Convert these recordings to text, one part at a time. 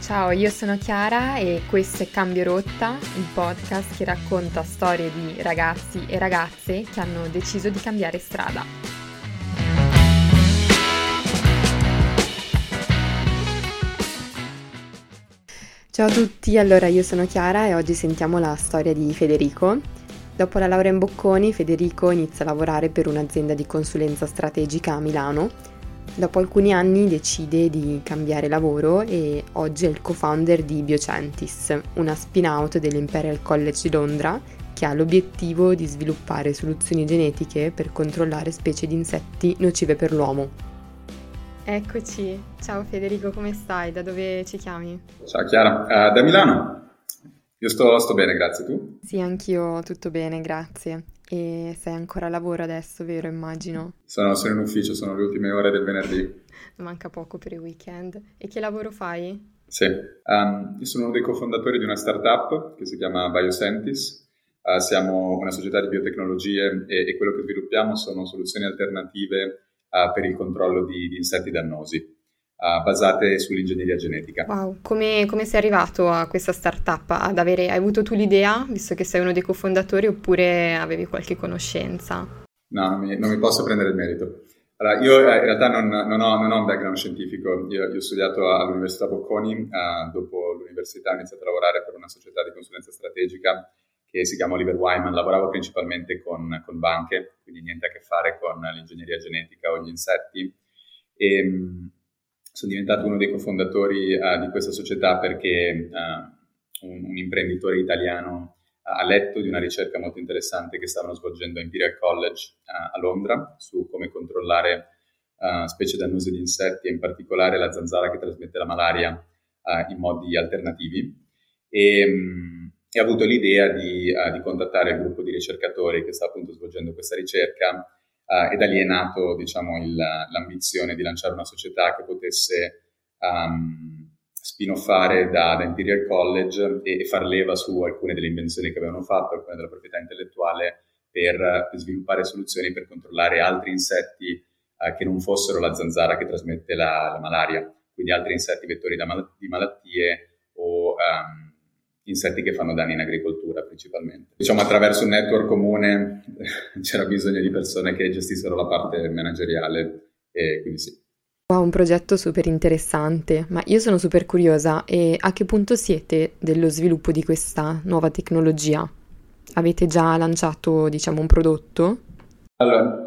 Ciao, io sono Chiara e questo è Cambio Rotta, il podcast che racconta storie di ragazzi e ragazze che hanno deciso di cambiare strada. Ciao a tutti, allora io sono Chiara e oggi sentiamo la storia di Federico. Dopo la laurea in Bocconi, Federico inizia a lavorare per un'azienda di consulenza strategica a Milano. Dopo alcuni anni decide di cambiare lavoro e oggi è il co-founder di Biocentis, una spin-out dell'Imperial College di Londra che ha l'obiettivo di sviluppare soluzioni genetiche per controllare specie di insetti nocive per l'uomo. Eccoci, ciao Federico, come stai? Da dove ci chiami? Ciao Chiara, da Milano. Io sto bene, grazie, tu? Sì, anch'io tutto bene, grazie. E sei ancora a lavoro adesso, vero, immagino? Sono in ufficio, sono le ultime ore del venerdì. Manca poco per il weekend. E che lavoro fai? Sì, io sono uno dei cofondatori di una startup che si chiama Biocentis. Siamo una società di biotecnologie e quello che sviluppiamo sono soluzioni alternative per il controllo di insetti dannosi, basate sull'ingegneria genetica. Wow, come sei arrivato a questa startup? Hai avuto tu l'idea, visto che sei uno dei cofondatori, oppure avevi qualche conoscenza? No, non mi posso prendere il merito. Allora, io in realtà non ho un background scientifico. Io ho studiato all'Università Bocconi, dopo l'università ho iniziato a lavorare per una società di consulenza strategica che si chiama Oliver Wyman. Lavoravo principalmente con banche, quindi niente a che fare con l'ingegneria genetica o gli insetti. E sono diventato uno dei cofondatori di questa società perché un imprenditore italiano ha letto di una ricerca molto interessante che stavano svolgendo a Imperial College a Londra su come controllare specie dannose di insetti e in particolare la zanzara che trasmette la malaria in modi alternativi e ha avuto l'idea di contattare il gruppo di ricercatori che sta appunto svolgendo questa ricerca e da lì è nato, diciamo, l'ambizione di lanciare una società che potesse spin-offare da Imperial College e far leva su alcune delle invenzioni che avevano fatto, alcune della proprietà intellettuale per sviluppare soluzioni per controllare altri insetti che non fossero la zanzara che trasmette la malaria, quindi altri insetti vettori di malattie o insetti che fanno danni in agricoltura principalmente. Diciamo attraverso un network comune c'era bisogno di persone che gestissero la parte manageriale e quindi sì. Wow, un progetto super interessante, ma io sono super curiosa e a che punto siete dello sviluppo di questa nuova tecnologia? Avete già lanciato, diciamo, un prodotto? Allora,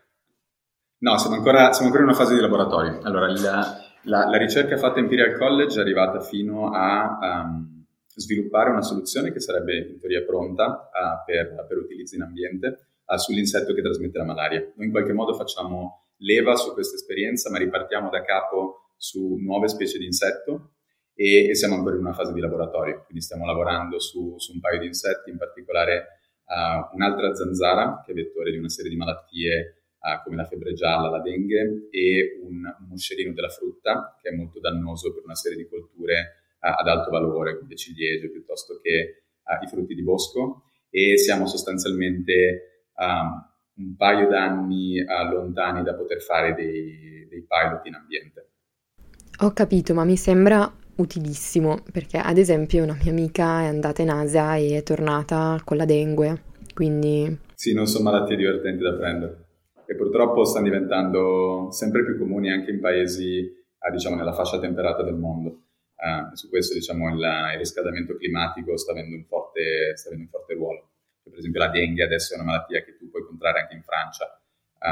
no, siamo ancora in una fase di laboratorio. Allora, la ricerca fatta in Imperial College è arrivata fino a sviluppare una soluzione che sarebbe in teoria pronta per utilizzo in ambiente sull'insetto che trasmette la malaria. Noi in qualche modo facciamo leva su questa esperienza, ma ripartiamo da capo su nuove specie di insetto e siamo ancora in una fase di laboratorio, quindi stiamo lavorando su un paio di insetti, in particolare un'altra zanzara che è vettore di una serie di malattie come la febbre gialla, la dengue e un moscerino della frutta che è molto dannoso per una serie di colture ad alto valore, quindi ciliegie piuttosto che i frutti di bosco, e siamo sostanzialmente un paio d'anni lontani da poter fare dei pilot in ambiente. Ho capito, ma mi sembra utilissimo, perché ad esempio una mia amica è andata in Asia e è tornata con la dengue, quindi... Sì, non sono malattie divertenti da prendere e purtroppo stanno diventando sempre più comuni anche in paesi, diciamo, nella fascia temperata del mondo. Su questo, diciamo, il riscaldamento climatico sta avendo un forte ruolo. Per esempio la dengue adesso è una malattia che tu puoi contrarre anche in Francia,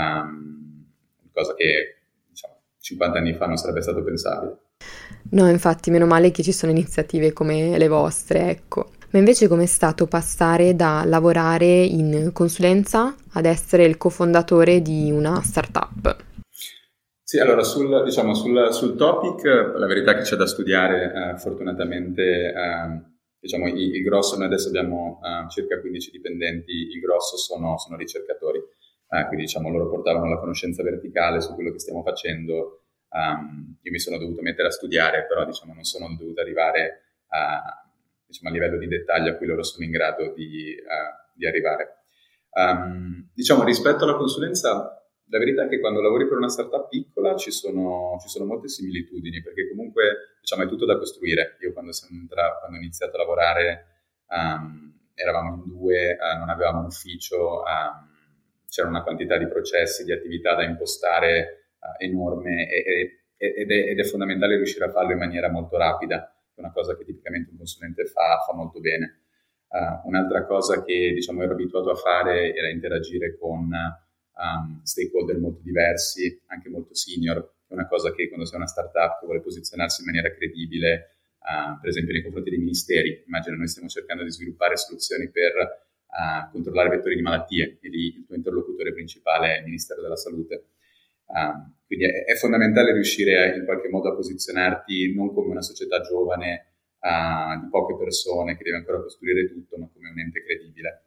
cosa che, diciamo, 50 anni fa non sarebbe stato pensabile. No, infatti, meno male che ci sono iniziative come le vostre, ecco. Ma invece com'è stato passare da lavorare in consulenza ad essere il cofondatore di una startup? Sì, allora sul topic la verità è che c'è da studiare, fortunatamente. Diciamo, il grosso, noi adesso abbiamo circa 15 dipendenti, il grosso sono ricercatori, quindi diciamo loro portavano la conoscenza verticale su quello che stiamo facendo, io mi sono dovuto mettere a studiare, però diciamo non sono dovuto arrivare diciamo, a livello di dettaglio a cui loro sono in grado di arrivare. Diciamo rispetto alla consulenza La verità è che quando lavori per una startup piccola ci sono molte similitudini, perché comunque diciamo, è tutto da costruire. Io quando ho iniziato a lavorare eravamo in due, non avevamo un ufficio, c'era una quantità di processi, di attività da impostare enorme ed è fondamentale riuscire a farlo in maniera molto rapida, è una cosa che tipicamente un consulente fa molto bene. Un'altra cosa che diciamo ero abituato a fare era interagire con stakeholder molto diversi, anche molto senior. È una cosa che quando sei una startup che vuole posizionarsi in maniera credibile, per esempio nei confronti dei ministeri, immagino noi stiamo cercando di sviluppare soluzioni per controllare vettori di malattie e lì il tuo interlocutore principale è il Ministero della Salute. Quindi è fondamentale riuscire in qualche modo a posizionarti non come una società giovane di poche persone che deve ancora costruire tutto, ma come un ente credibile.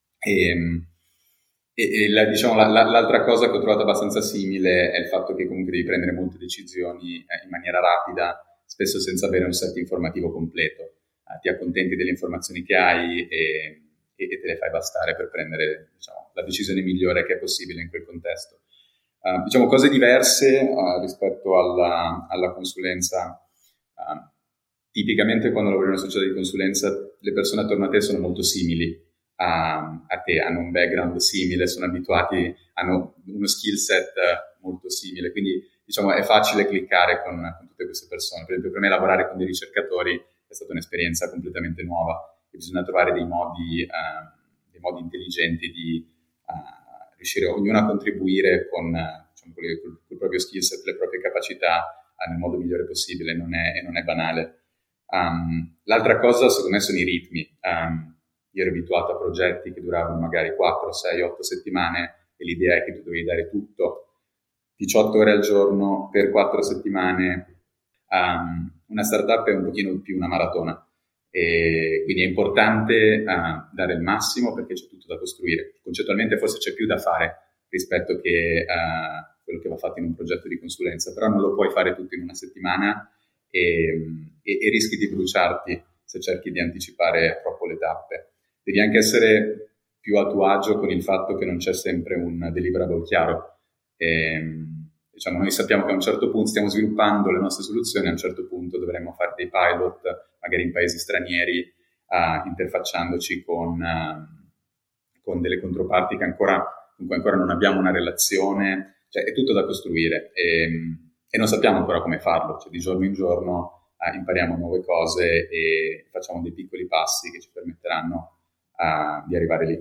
Diciamo, l'altra cosa che ho trovato abbastanza simile è il fatto che comunque devi prendere molte decisioni in maniera rapida, spesso senza avere un set informativo completo. Ti accontenti delle informazioni che hai e te le fai bastare per prendere diciamo, la decisione migliore che è possibile in quel contesto. Diciamo cose diverse rispetto alla consulenza. Tipicamente quando lavori in una società di consulenza le persone attorno a te sono molto simili a te, hanno un background simile, sono abituati, hanno uno skill set molto simile, quindi diciamo è facile cliccare con tutte queste persone. Per esempio per me lavorare con dei ricercatori è stata un'esperienza completamente nuova e bisogna trovare dei modi intelligenti di riuscire ognuno a contribuire con il proprio skill set, le proprie capacità nel modo migliore possibile, non è banale. L'altra cosa secondo me sono i ritmi. Io ero abituato a progetti che duravano magari 4, 6, 8 settimane e l'idea è che tu dovevi dare tutto 18 ore al giorno per 4 settimane. Una startup è un pochino più una maratona e quindi è importante dare il massimo perché c'è tutto da costruire. Concettualmente forse c'è più da fare rispetto che quello che va fatto in un progetto di consulenza, però non lo puoi fare tutto in una settimana e rischi di bruciarti se cerchi di anticipare troppo le tappe. Devi anche essere più a tuo agio con il fatto che non c'è sempre un deliverable chiaro. Diciamo, noi sappiamo che a un certo punto stiamo sviluppando le nostre soluzioni, a un certo punto dovremmo fare dei pilot, magari in paesi stranieri, interfacciandoci con delle controparti con cui ancora non abbiamo una relazione, cioè è tutto da costruire e non sappiamo ancora come farlo, cioè di giorno in giorno impariamo nuove cose e facciamo dei piccoli passi che ci permetteranno di arrivare lì.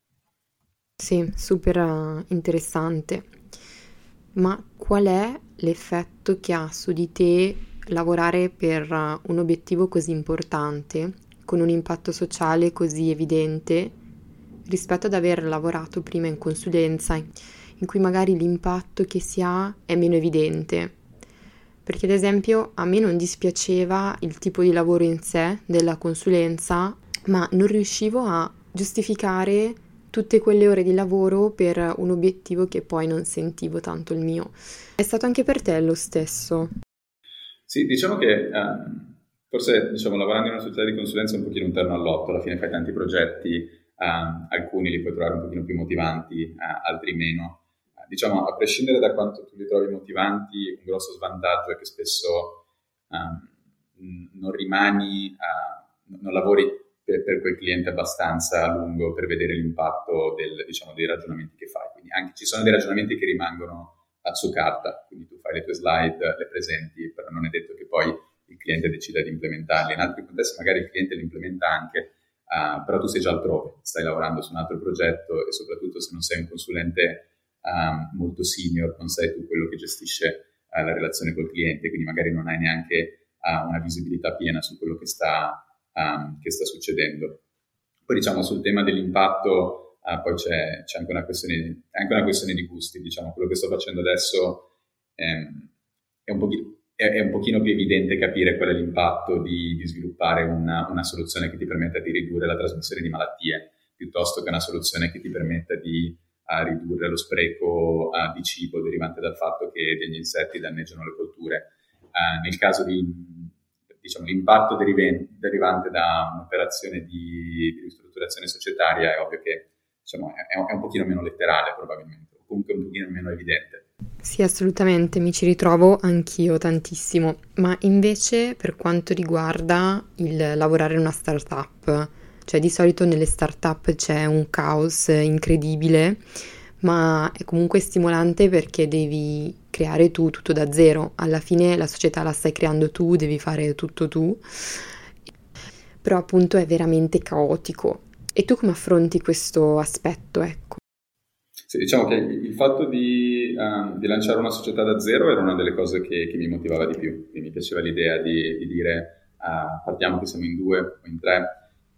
Sì, super interessante. Ma qual è l'effetto che ha su di te lavorare per un obiettivo così importante, con un impatto sociale così evidente, rispetto ad aver lavorato prima in consulenza, in cui magari l'impatto che si ha è meno evidente? Perché ad esempio a me non dispiaceva il tipo di lavoro in sé della consulenza, ma non riuscivo a giustificare tutte quelle ore di lavoro per un obiettivo che poi non sentivo tanto il mio. È stato anche per te lo stesso? Sì, diciamo che forse diciamo, lavorando in una società di consulenza è un pochino un terno all'otto, alla fine fai tanti progetti, alcuni li puoi trovare un pochino più motivanti, altri meno. Diciamo, a prescindere da quanto tu li trovi motivanti, un grosso svantaggio è che spesso non rimani, non lavori per quel cliente abbastanza a lungo per vedere l'impatto dei ragionamenti che fai. Quindi anche ci sono dei ragionamenti che rimangono su carta, quindi tu fai le tue slide, le presenti, però non è detto che poi il cliente decida di implementarli. In altri contesti magari il cliente li implementa anche, però tu sei già altrove, stai lavorando su un altro progetto e soprattutto se non sei un consulente molto senior, non sei tu quello che gestisce la relazione col cliente, quindi magari non hai neanche una visibilità piena su quello che sta succedendo. Poi diciamo sul tema dell'impatto poi c'è anche una questione di gusti, diciamo quello che sto facendo adesso è un pochino più evidente capire qual è l'impatto di sviluppare una soluzione che ti permetta di ridurre la trasmissione di malattie piuttosto che una soluzione che ti permetta di ridurre lo spreco di cibo derivante dal fatto che degli insetti danneggiano le colture. Nel caso di diciamo, l'impatto derivante da un'operazione di ristrutturazione societaria è ovvio che diciamo, è un pochino meno letterale probabilmente. comunque un pochino meno evidente. Sì, assolutamente, mi ci ritrovo anch'io tantissimo, ma invece per quanto riguarda il lavorare in una startup, cioè di solito nelle startup c'è un caos incredibile, ma è comunque stimolante perché devi creare tu tutto da zero. Alla fine la società la stai creando tu, devi fare tutto tu, però appunto è veramente caotico. E tu come affronti questo aspetto, ecco? Sì, diciamo che il fatto di lanciare una società da zero era una delle cose che mi motivava di più. Quindi mi piaceva l'idea di dire partiamo che siamo in 2 o in 3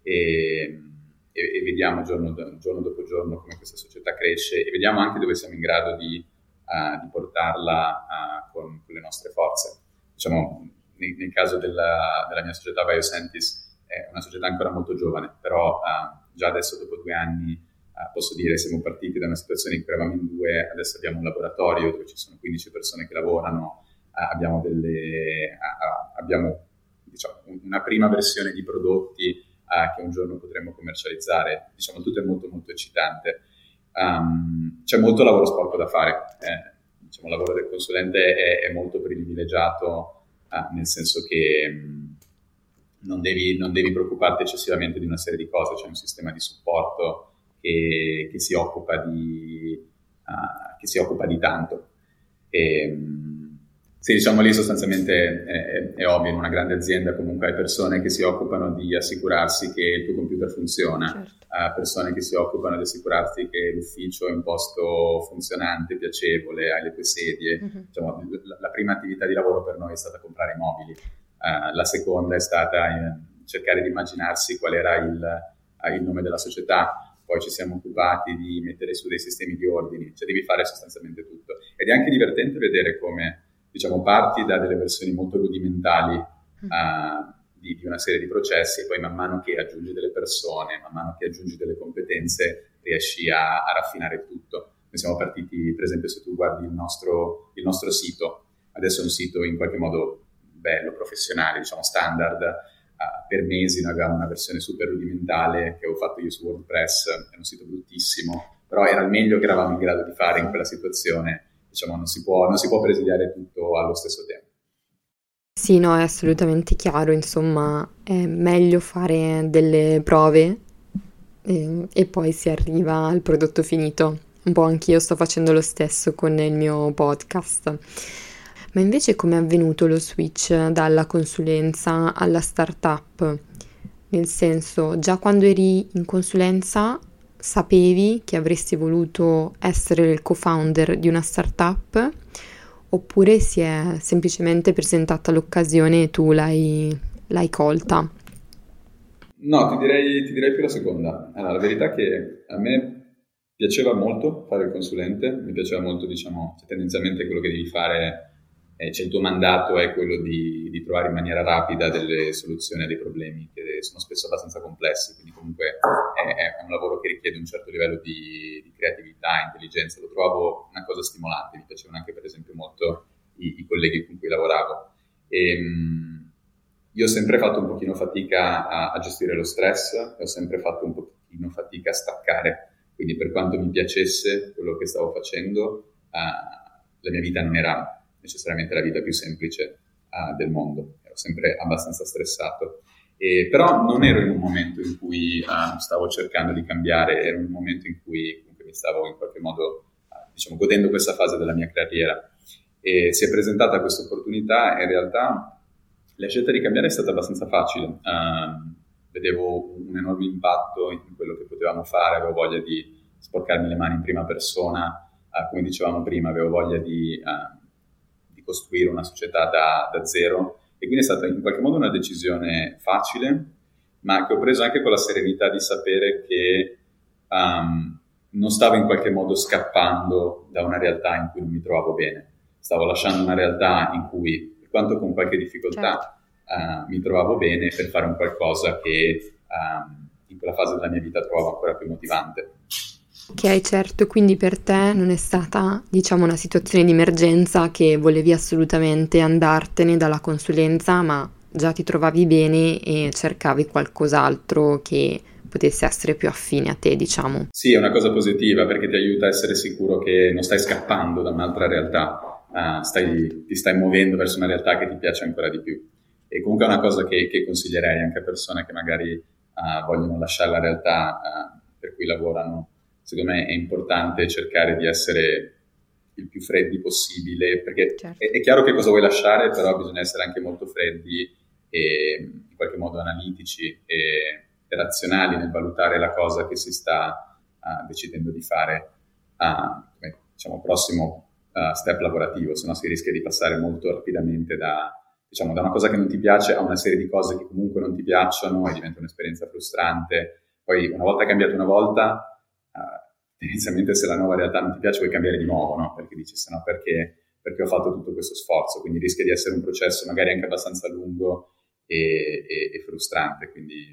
e vediamo giorno dopo giorno come questa società cresce e vediamo anche dove siamo in grado di portarla con le nostre forze. Diciamo, nel caso della mia società Bioscientis è una società ancora molto giovane, però già adesso dopo 2 anni posso dire siamo partiti da una situazione in cui eravamo in 2, adesso abbiamo un laboratorio dove ci sono 15 persone che lavorano, abbiamo diciamo, una prima versione di prodotti che un giorno potremo commercializzare. Diciamo, tutto è molto molto eccitante. C'è molto lavoro sporco da fare. Diciamo, il lavoro del consulente è molto privilegiato, nel senso che non devi preoccuparti eccessivamente di una serie di cose. C'è un sistema di supporto che si occupa di tanto. Sì, diciamo lì sostanzialmente è ovvio, in una grande azienda comunque hai persone che si occupano di assicurarsi che il tuo computer funziona, certo. Persone che si occupano di assicurarsi che l'ufficio è un posto funzionante, piacevole, hai le tue sedie. Mm-hmm. Diciamo, la prima attività di lavoro per noi è stata comprare i mobili, la seconda è stata cercare di immaginarsi qual era il nome della società. Poi ci siamo occupati di mettere su dei sistemi di ordini, cioè devi fare sostanzialmente tutto. Ed è anche divertente vedere come, diciamo, parti da delle versioni molto rudimentali di una serie di processi e poi man mano che aggiungi delle persone, man mano che aggiungi delle competenze, riesci a raffinare tutto. Noi siamo partiti, per esempio, se tu guardi il nostro sito, adesso è un sito in qualche modo bello, professionale, diciamo standard. Per mesi noi avevamo una versione super rudimentale che avevo fatto io su WordPress, è un sito bruttissimo, però era il meglio che eravamo in grado di fare in quella situazione. Diciamo, non si può presidiare tutto allo stesso tempo. Sì, no, è assolutamente chiaro, insomma, è meglio fare delle prove e poi si arriva al prodotto finito. Un po' anch'io sto facendo lo stesso con il mio podcast. Ma invece come è avvenuto lo switch dalla consulenza alla startup? Nel senso, già quando eri in consulenza sapevi che avresti voluto essere il co-founder di una startup oppure si è semplicemente presentata l'occasione e tu l'hai colta? No, ti direi più la seconda. Allora, la verità è che a me piaceva molto fare il consulente, mi piaceva molto, diciamo, tendenzialmente quello che devi fare. Cioè il tuo mandato è quello di trovare in maniera rapida delle soluzioni a dei problemi che sono spesso abbastanza complessi, quindi comunque è un lavoro che richiede un certo livello di creatività, intelligenza. Lo trovo una cosa stimolante, mi piacevano anche per esempio molto i colleghi con cui lavoravo. Io ho sempre fatto un pochino fatica a gestire lo stress e ho sempre fatto un pochino fatica a staccare, quindi per quanto mi piacesse quello che stavo facendo, la mia vita non era necessariamente la vita più semplice del mondo, ero sempre abbastanza stressato, però non ero in un momento in cui stavo cercando di cambiare, ero in un momento in cui comunque mi stavo in qualche modo diciamo, godendo questa fase della mia carriera e si è presentata questa opportunità e in realtà la scelta di cambiare è stata abbastanza facile, vedevo un enorme impatto in quello che potevamo fare, avevo voglia di sporcarmi le mani in prima persona, come dicevamo prima, avevo voglia di costruire una società da zero e quindi è stata in qualche modo una decisione facile, ma che ho preso anche con la serenità di sapere che non stavo in qualche modo scappando da una realtà in cui non mi trovavo bene, stavo lasciando una realtà in cui, per quanto con qualche difficoltà, mi trovavo bene per fare un qualcosa che in quella fase della mia vita trovavo ancora più motivante. Ok, certo, quindi per te non è stata, diciamo, una situazione di emergenza che volevi assolutamente andartene dalla consulenza, ma già ti trovavi bene e cercavi qualcos'altro che potesse essere più affine a te, diciamo. Sì, è una cosa positiva perché ti aiuta a essere sicuro che non stai scappando da un'altra realtà, ti stai muovendo verso una realtà che ti piace ancora di più. E comunque è una cosa che consiglierei anche a persone che magari vogliono lasciare la realtà per cui lavorano. Secondo me è importante cercare di essere il più freddi possibile, perché Certo. è chiaro che cosa vuoi lasciare, però bisogna essere anche molto freddi e in qualche modo analitici e razionali nel valutare la cosa che si sta decidendo di fare come, diciamo, prossimo step lavorativo, se no si rischia di passare molto rapidamente da una cosa che non ti piace a una serie di cose che comunque non ti piacciono e diventa un'esperienza frustrante. Poi una volta cambiato una volta, tendenzialmente se la nuova realtà non ti piace vuoi cambiare di nuovo, no? Perché dici, se no perché ho fatto tutto questo sforzo, quindi rischia di essere un processo magari anche abbastanza lungo e frustrante, quindi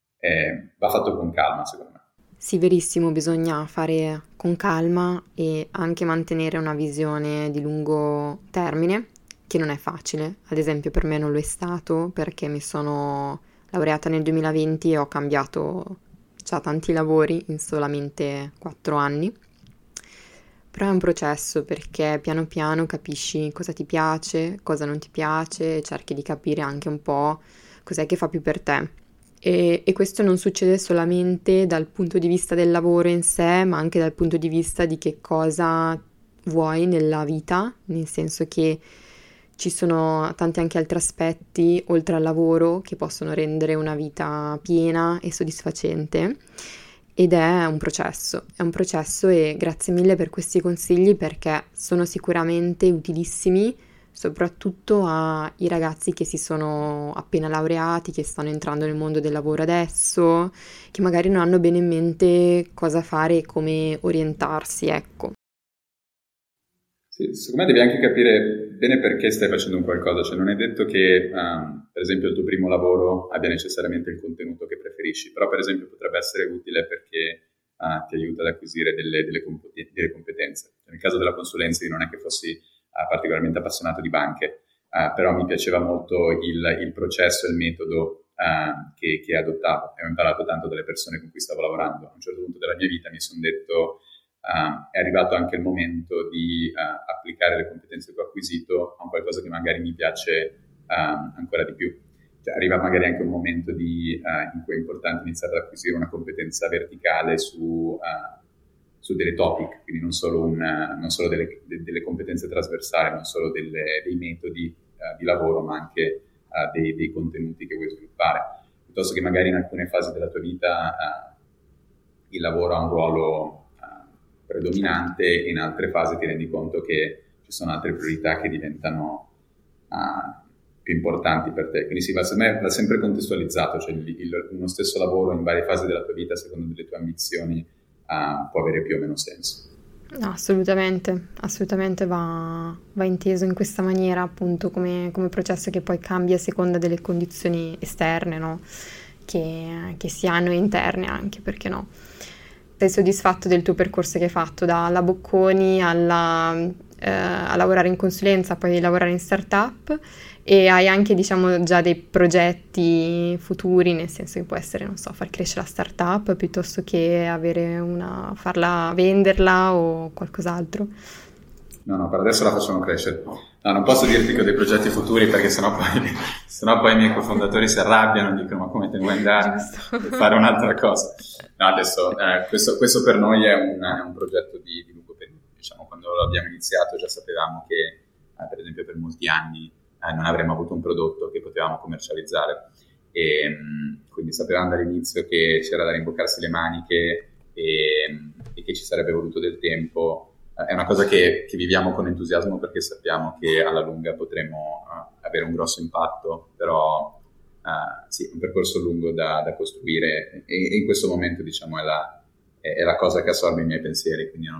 va fatto con calma, secondo me. Sì, verissimo, bisogna fare con calma e anche mantenere una visione di lungo termine, che non è facile. Ad esempio per me non lo è stato perché mi sono laureata nel 2020 e ho cambiato già tanti lavori in solamente 4 anni. Però è un processo perché piano piano capisci cosa ti piace, cosa non ti piace e cerchi di capire anche un po' cos'è che fa più per te. E questo non succede solamente dal punto di vista del lavoro in sé, ma anche dal punto di vista di che cosa vuoi nella vita, nel senso che ci sono tanti anche altri aspetti oltre al lavoro che possono rendere una vita piena e soddisfacente. Ed è un processo e grazie mille per questi consigli perché sono sicuramente utilissimi soprattutto ai ragazzi che si sono appena laureati, che stanno entrando nel mondo del lavoro adesso, che magari non hanno bene in mente cosa fare e come orientarsi, ecco. Sì, secondo me devi anche capire bene perché stai facendo un qualcosa, cioè non è detto che per esempio il tuo primo lavoro abbia necessariamente il contenuto che preferisci, però per esempio potrebbe essere utile perché ti aiuta ad acquisire delle competenze. Nel caso della consulenza io non è che fossi particolarmente appassionato di banche, però mi piaceva molto il processo e il metodo che adottavo e ho imparato tanto dalle persone con cui stavo lavorando. A un certo punto della mia vita mi sono detto è arrivato anche il momento di applicare le competenze che ho acquisito a un qualcosa che magari mi piace ancora di più. Cioè, arriva magari anche un momento in cui è importante iniziare ad acquisire una competenza verticale su delle topic, quindi non solo delle competenze trasversali, non solo dei metodi di lavoro, ma anche dei contenuti che vuoi sviluppare. Piuttosto che magari in alcune fasi della tua vita il lavoro ha un ruolo predominante e in altre fasi ti rendi conto che ci sono altre priorità che diventano più importanti per te. Quindi secondo me va sempre contestualizzato, cioè uno stesso lavoro in varie fasi della tua vita, secondo delle tue ambizioni, può avere più o meno senso. No, assolutamente va inteso in questa maniera, appunto, come processo che poi cambia a seconda delle condizioni esterne, no? Che si hanno e interne anche, perché no? Sei soddisfatto del tuo percorso che hai fatto, dalla Bocconi a lavorare in consulenza, poi lavorare in startup, e hai anche, diciamo, già dei progetti futuri, nel senso che può essere, non so, far crescere la startup piuttosto che farla venderla o qualcos'altro? No, per adesso la facciamo crescere. No, non posso dirti che ho dei progetti futuri perché sennò poi i miei cofondatori si arrabbiano e dicono ma come te ne vuoi andare a fare un'altra cosa. No, adesso questo per noi è un progetto di lungo periodo. Diciamo, quando l'abbiamo iniziato già sapevamo che per esempio per molti anni non avremmo avuto un prodotto che potevamo commercializzare e quindi sapevamo dall'inizio che c'era da rimboccarsi le maniche e che ci sarebbe voluto del tempo. È una cosa che viviamo con entusiasmo perché sappiamo che alla lunga potremo avere un grosso impatto, però sì, è un percorso lungo da costruire e in questo momento, diciamo, è la cosa che assorbe i miei pensieri, quindi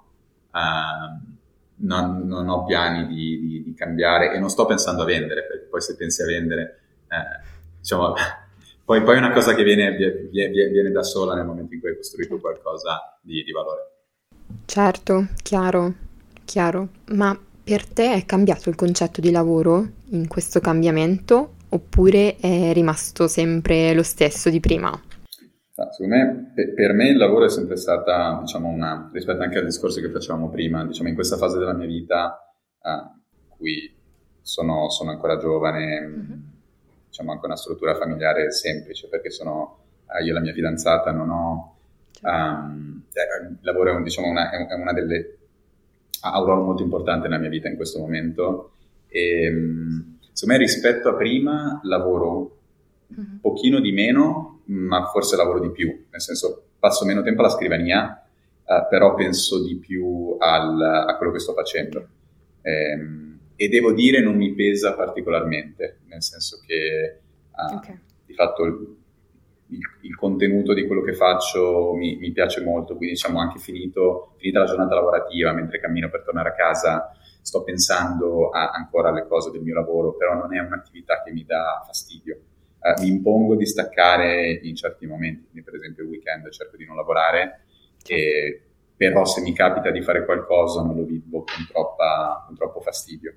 non ho piani di cambiare e non sto pensando a vendere, perché poi se pensi a vendere, diciamo, poi è una cosa che viene da sola nel momento in cui hai costruito qualcosa di valore. Certo, chiaro. Ma per te è cambiato il concetto di lavoro in questo cambiamento oppure è rimasto sempre lo stesso di prima? Secondo me, per me il lavoro è sempre stata, diciamo, rispetto anche al discorso che facevamo prima, diciamo, in questa fase della mia vita, in cui sono ancora giovane, diciamo, anche una struttura familiare semplice, perché io e la mia fidanzata non ho, il lavoro diciamo, è una delle, ha un ruolo molto importante nella mia vita in questo momento, e secondo me rispetto a prima lavoro un pochino di meno, ma forse lavoro di più, nel senso passo meno tempo alla scrivania, però penso di più a quello che sto facendo. E devo dire non mi pesa particolarmente, nel senso che di fatto il contenuto di quello che faccio mi piace molto, quindi diciamo anche finita la giornata lavorativa, mentre cammino per tornare a casa, sto pensando ancora alle cose del mio lavoro, però non è un'attività che mi dà fastidio. Mi impongo di staccare in certi momenti, quindi per esempio il weekend cerco di non lavorare, però se mi capita di fare qualcosa non lo vivo con troppo fastidio.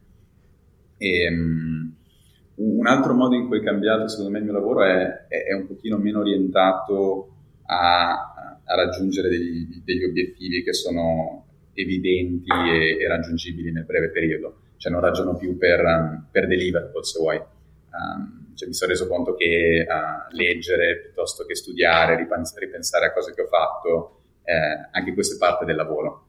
Un altro modo in cui è cambiato secondo me il mio lavoro è un pochino meno orientato a raggiungere degli obiettivi che sono evidenti e raggiungibili nel breve periodo, cioè non ragiono più per deliverable, se vuoi. Cioè mi sono reso conto che leggere piuttosto che studiare, ripensare a cose che ho fatto, anche questo è parte del lavoro,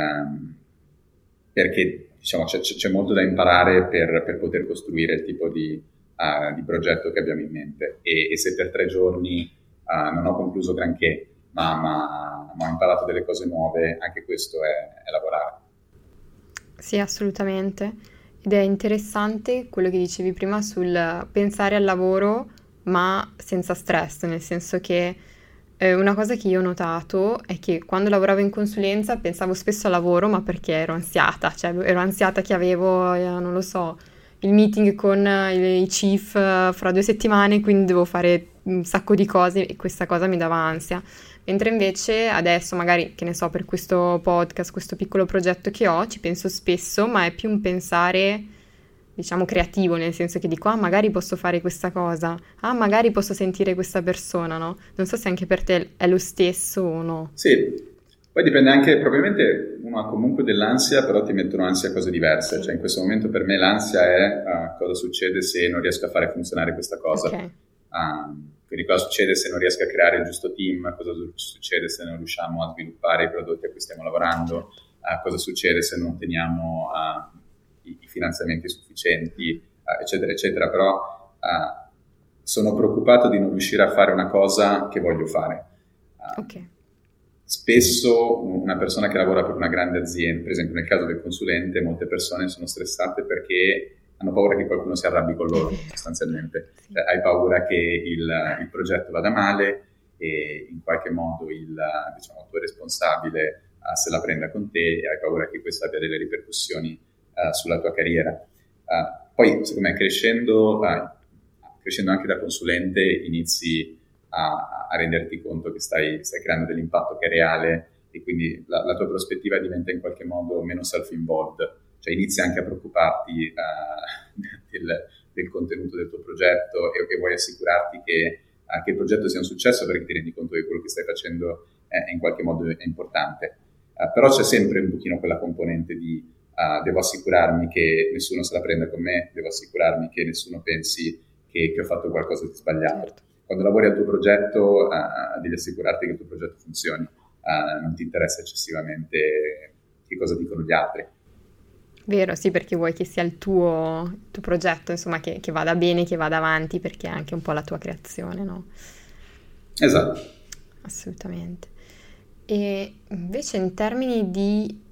perché diciamo c'è molto da imparare per poter costruire il tipo di progetto che abbiamo in mente, e se per 3 giorni non ho concluso granché, ma ho imparato delle cose nuove, anche questo è lavorare. Sì, assolutamente. Ed è interessante quello che dicevi prima sul pensare al lavoro ma senza stress, nel senso che una cosa che io ho notato è che quando lavoravo in consulenza pensavo spesso al lavoro, ma perché ero ansiata, cioè ero ansiata che avevo, non lo so, il meeting con i chief fra 2 settimane, quindi devo fare un sacco di cose e questa cosa mi dava ansia. Mentre invece adesso, magari, che ne so, per questo podcast, questo piccolo progetto che ho, ci penso spesso, ma è più un pensare, diciamo, creativo, nel senso che dico, magari posso fare questa cosa, magari posso sentire questa persona, no? Non so se anche per te è lo stesso o no. Sì, poi dipende anche, probabilmente uno ha comunque dell'ansia, però ti mettono ansia cose diverse, Sì. Cioè in questo momento per me l'ansia è cosa succede se non riesco a fare funzionare questa cosa. Ok. Quindi cosa succede se non riesco a creare il giusto team, cosa succede se non riusciamo a sviluppare i prodotti a cui stiamo lavorando, cosa succede se non otteniamo i finanziamenti sufficienti, eccetera, eccetera. Però sono preoccupato di non riuscire a fare una cosa che voglio fare. Ok. Spesso una persona che lavora per una grande azienda, per esempio nel caso del consulente, molte persone sono stressate perché hanno paura che qualcuno si arrabbi con loro, sostanzialmente. Sì. Cioè, hai paura che il progetto vada male e in qualche modo il tuo responsabile se la prenda con te, e hai paura che questo abbia delle ripercussioni sulla tua carriera. Poi, secondo me, crescendo anche da consulente, inizi a renderti conto che stai creando dell'impatto che è reale, e quindi la tua prospettiva diventa in qualche modo meno self-involved, cioè inizi anche a preoccuparti del contenuto del tuo progetto, e vuoi assicurarti che il progetto sia un successo, perché ti rendi conto che quello che stai facendo in qualche modo è importante. Però c'è sempre un pochino quella componente di devo assicurarmi che nessuno se la prenda con me, devo assicurarmi che nessuno pensi che ho fatto qualcosa di sbagliato. Certo. Quando lavori al tuo progetto devi assicurarti che il tuo progetto funzioni, non ti interessa eccessivamente che cosa dicono gli altri. Vero, sì, perché vuoi che sia il tuo progetto, insomma, che vada bene, che vada avanti, perché è anche un po' la tua creazione, no? Esatto. Assolutamente. E invece in termini di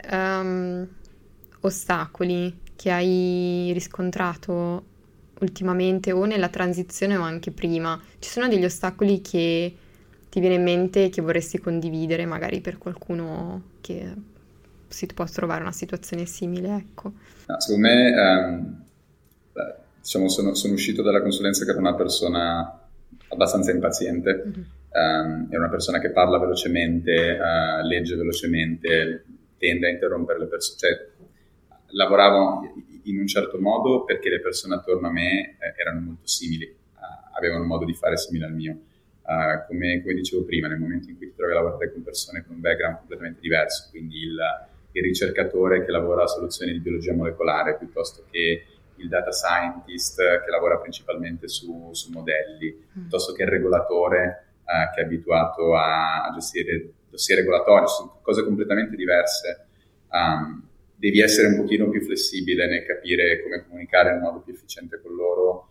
ostacoli che hai riscontrato ultimamente o nella transizione o anche prima, ci sono degli ostacoli che ti viene in mente che vorresti condividere magari per qualcuno che si può trovare una situazione simile, ecco. No, secondo me, diciamo, sono uscito dalla consulenza che ero una persona abbastanza impaziente. È una persona che parla velocemente, legge velocemente, tende a interrompere le persone. Cioè, lavoravo in un certo modo perché le persone attorno a me erano molto simili, avevano un modo di fare simile al mio. come dicevo prima, nel momento in cui ti trovi a lavorare con persone con un background completamente diverso, quindi il ricercatore che lavora a soluzioni di biologia molecolare piuttosto che il data scientist che lavora principalmente su modelli, piuttosto che il regolatore che è abituato a gestire dossier regolatori, sono cose completamente diverse. Devi essere un pochino più flessibile nel capire come comunicare in modo più efficiente con loro,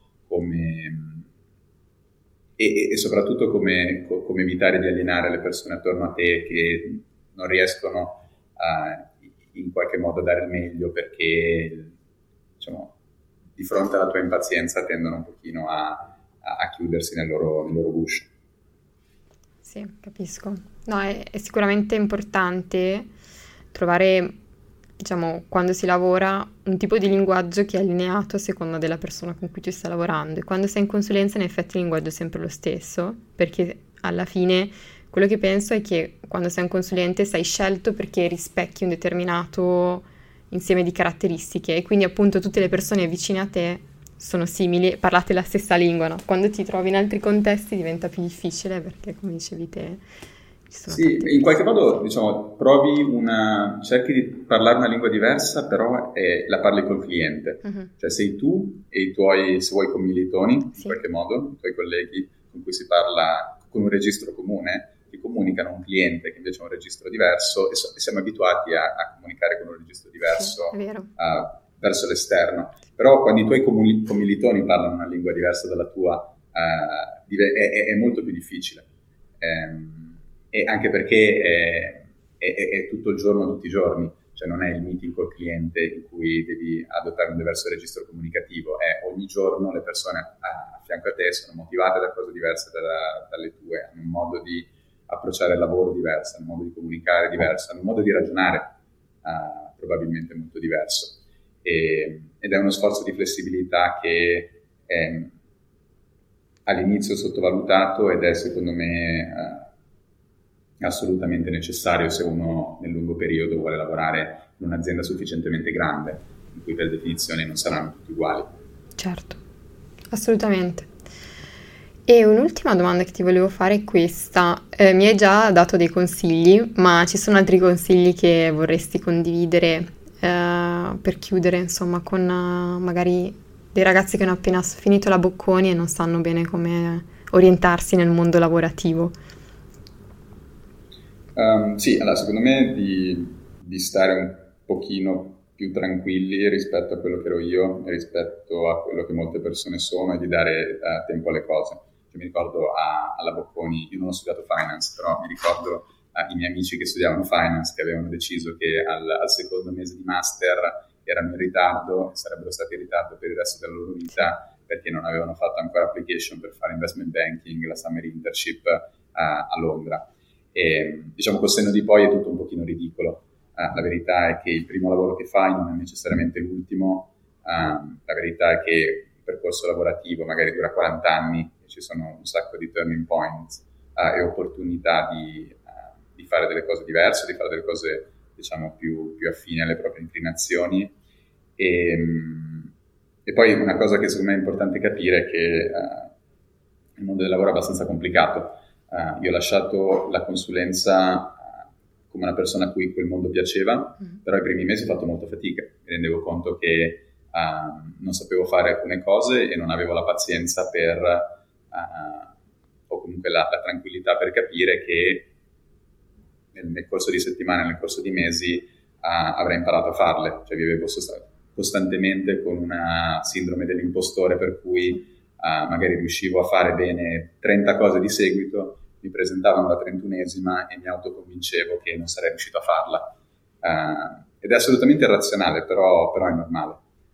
e soprattutto come evitare di alienare le persone attorno a te che non riescono in qualche modo a dare il meglio perché, diciamo, di fronte alla tua impazienza tendono un pochino a chiudersi nel loro guscio. Sì, capisco. No, è sicuramente importante trovare, diciamo, quando si lavora, un tipo di linguaggio che è allineato a seconda della persona con cui tu stai lavorando. E quando sei in consulenza, in effetti, il linguaggio è sempre lo stesso, perché alla fine quello che penso è che quando sei un consulente sei scelto perché rispecchi un determinato insieme di caratteristiche e quindi appunto tutte le persone vicine a te sono simili, parlate la stessa lingua, no? Quando ti trovi in altri contesti diventa più difficile perché, come dicevi te, ci sono sì, tanti in qualche modo, diciamo, cerchi di parlare una lingua diversa, però la parli col cliente. Cioè sei tu e i tuoi, se vuoi, commilitoni, Sì. in qualche modo, i tuoi colleghi con cui si parla con un registro comune, che comunicano a un cliente che invece ha un registro diverso e siamo abituati a comunicare con un registro diverso Sì, è vero. Verso l'esterno. Però quando i tuoi commilitoni parlano una lingua diversa dalla tua, è molto più difficile. E anche perché è tutto il giorno, tutti i giorni, cioè non è il meeting col cliente in cui devi adottare un diverso registro comunicativo, è ogni giorno le persone a fianco a te sono motivate da cose diverse dalle tue, hanno un modo di approcciare il lavoro diverso, hanno un modo di comunicare diverso, hanno un modo di ragionare probabilmente molto diverso. Ed è uno sforzo di flessibilità che all'inizio è sottovalutato ed è secondo me assolutamente necessario se uno nel lungo periodo vuole lavorare in un'azienda sufficientemente grande, in cui per definizione non saranno tutti uguali. Certo, assolutamente. E un'ultima domanda che ti volevo fare è questa. Mi hai già dato dei consigli, ma ci sono altri consigli che vorresti condividere per chiudere, insomma, con magari dei ragazzi che hanno appena finito la Bocconi e non sanno bene come orientarsi nel mondo lavorativo? Sì, allora secondo me di stare un pochino più tranquilli rispetto a quello che ero io e rispetto a quello che molte persone sono e di dare tempo alle cose. Cioè, mi ricordo alla Bocconi, io non ho studiato finance, però mi ricordo i miei amici che studiavano finance che avevano deciso che al secondo mese di master erano in ritardo e sarebbero stati in ritardo per il resto della loro vita perché non avevano fatto ancora application per fare investment banking, la summer internship a Londra. E, diciamo, col senno di poi è tutto un pochino ridicolo. La verità è che il primo lavoro che fai non è necessariamente l'ultimo. La verità è che il percorso lavorativo magari dura 40 anni e ci sono un sacco di turning points e opportunità di fare delle cose diverse, di fare delle cose, diciamo, più affine alle proprie inclinazioni. E poi una cosa che secondo me è importante capire è che il mondo del lavoro è abbastanza complicato. Io ho lasciato la consulenza come una persona a cui quel mondo piaceva, però i primi mesi ho fatto molta fatica. Mi rendevo conto che non sapevo fare alcune cose e non avevo la pazienza o comunque la tranquillità per capire che nel corso di settimane, nel corso di mesi avrei imparato a farle. Cioè vivevo costantemente con una sindrome dell'impostore per cui magari riuscivo a fare bene 30 cose di seguito, mi presentavano la 31esima e mi autoconvincevo che non sarei riuscito a farla. Ed è assolutamente irrazionale, però è normale.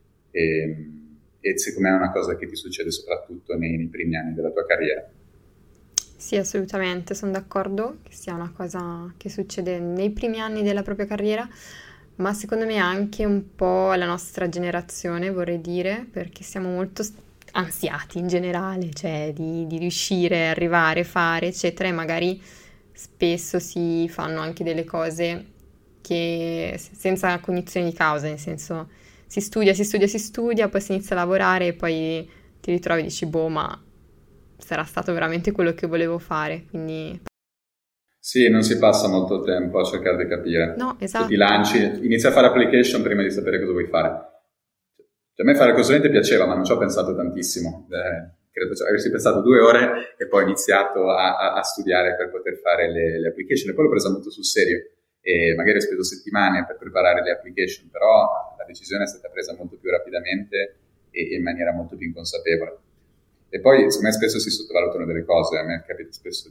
E secondo me è una cosa che ti succede soprattutto nei primi anni della tua carriera. Sì, assolutamente, sono d'accordo che sia una cosa che succede nei primi anni della propria carriera, ma secondo me anche un po' alla nostra generazione, vorrei dire, perché siamo molto ansiati in generale, cioè di riuscire, arrivare, fare, eccetera, e magari spesso si fanno anche delle cose che senza cognizione di causa, nel senso si studia, poi si inizia a lavorare e poi ti ritrovi e dici, boh, ma sarà stato veramente quello che volevo fare, quindi... Sì, non si passa molto tempo a cercare di capire. No, esatto. Se ti lanci, inizi a fare application prima di sapere cosa vuoi fare. Cioè, a me fare consulente piaceva, ma non ci ho pensato tantissimo. Credo avessi pensato 2 ore e poi ho iniziato a studiare per poter fare le application. E poi l'ho presa molto sul serio. E magari ho speso settimane per preparare le application, però la decisione è stata presa molto più rapidamente e in maniera molto più inconsapevole. E poi, secondo me, spesso si sottovalutano delle cose. A me capita spesso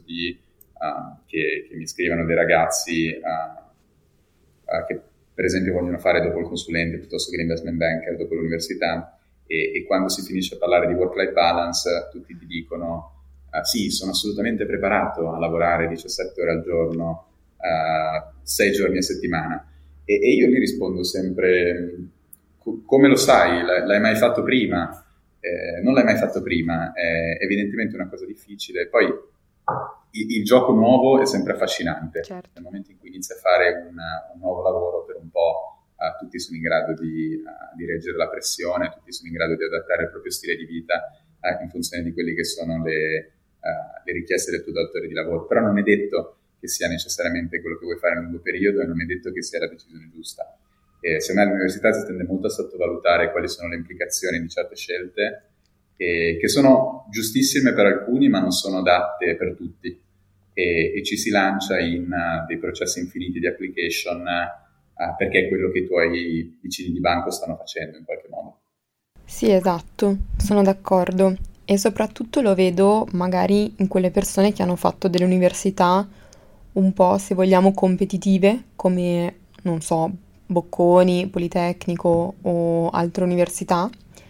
che mi scrivono dei ragazzi che per esempio vogliono fare dopo il consulente piuttosto che l'investment banker dopo l'università e quando si finisce a parlare di work-life balance tutti ti dicono sì, sono assolutamente preparato a lavorare 17 ore al giorno 6 giorni a settimana e io gli rispondo sempre come lo sai? L'hai mai fatto prima? Non l'hai mai fatto prima, è evidentemente una cosa difficile. Poi il gioco nuovo è sempre affascinante. Certo. Nel momento in cui inizi a fare un nuovo lavoro per un po', tutti sono in grado di reggere la pressione, tutti sono in grado di adattare il proprio stile di vita in funzione di quelle che sono le richieste del tuo datore di lavoro. Però non è detto che sia necessariamente quello che vuoi fare nel lungo periodo e non è detto che sia la decisione giusta. Secondo me all'università si tende molto a sottovalutare quali sono le implicazioni di certe scelte che sono giustissime per alcuni ma non sono adatte per tutti e ci si lancia in dei processi infiniti di application perché è quello che i tuoi vicini di banco stanno facendo in qualche modo. Sì, esatto, sono d'accordo e soprattutto lo vedo magari in quelle persone che hanno fatto delle università un po', se vogliamo, competitive come, non so, Bocconi, Politecnico o altre università,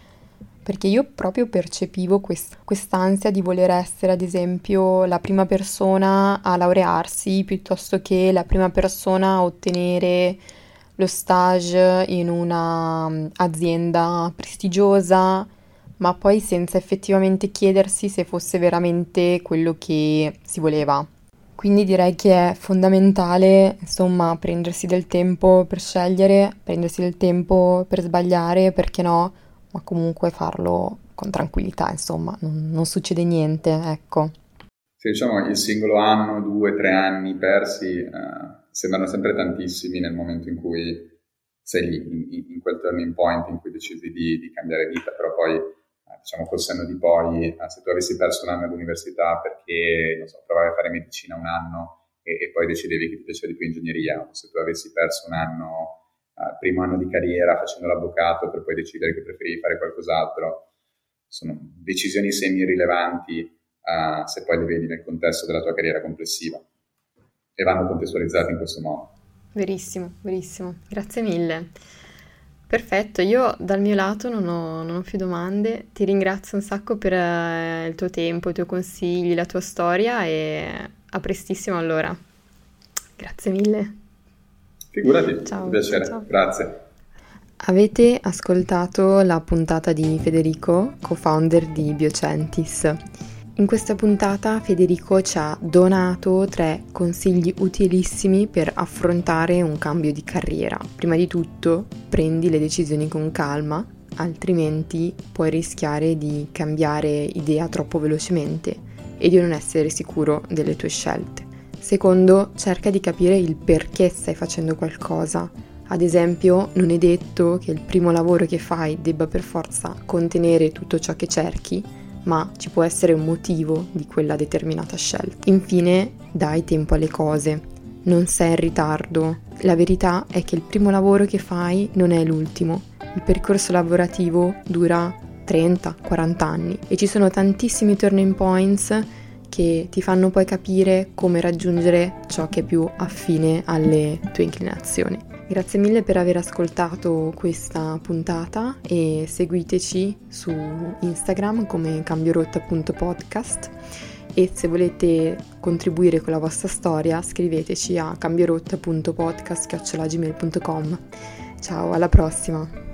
perché io proprio percepivo quest'ansia di voler essere, ad esempio, la prima persona a laurearsi piuttosto che la prima persona a ottenere lo stage in una azienda prestigiosa, ma poi senza effettivamente chiedersi se fosse veramente quello che si voleva. Quindi direi che è fondamentale, insomma, prendersi del tempo per scegliere, prendersi del tempo per sbagliare, perché no, ma comunque farlo con tranquillità, insomma, non succede niente, ecco. Sì, diciamo il singolo anno, 2, 3 anni persi sembrano sempre tantissimi nel momento in cui sei lì, in quel turning point in cui decidi di cambiare vita, però poi diciamo col senno di poi, se tu avessi perso un anno all'università perché, non so, provavi a fare medicina un anno e poi decidevi che ti piaceva di più ingegneria, o se tu avessi perso un anno, primo anno di carriera facendo l'avvocato per poi decidere che preferivi fare qualcos'altro, sono decisioni semi-irrilevanti se poi le vedi nel contesto della tua carriera complessiva e vanno contestualizzate in questo modo. Verissimo, verissimo, grazie mille. Perfetto, io dal mio lato non ho più domande, ti ringrazio un sacco per il tuo tempo, i tuoi consigli, la tua storia e a prestissimo allora. Grazie mille. Figurati, Ciao, un piacere, ciao. grazie. Avete ascoltato la puntata di Federico, co-founder di Biocentis. In questa puntata Federico ci ha donato 3 consigli utilissimi per affrontare un cambio di carriera. Prima di tutto, prendi le decisioni con calma, altrimenti puoi rischiare di cambiare idea troppo velocemente e di non essere sicuro delle tue scelte. Secondo, cerca di capire il perché stai facendo qualcosa. Ad esempio, non è detto che il primo lavoro che fai debba per forza contenere tutto ciò che cerchi, ma ci può essere un motivo di quella determinata scelta. Infine, dai tempo alle cose. Non sei in ritardo. La verità è che il primo lavoro che fai non è l'ultimo. Il percorso lavorativo dura 30-40 anni e ci sono tantissimi turning points che ti fanno poi capire come raggiungere ciò che è più affine alle tue inclinazioni. Grazie mille per aver ascoltato questa puntata e seguiteci su Instagram come cambiorotta.podcast e se volete contribuire con la vostra storia scriveteci a cambiorotta.podcast@gmail.com. Ciao, alla prossima!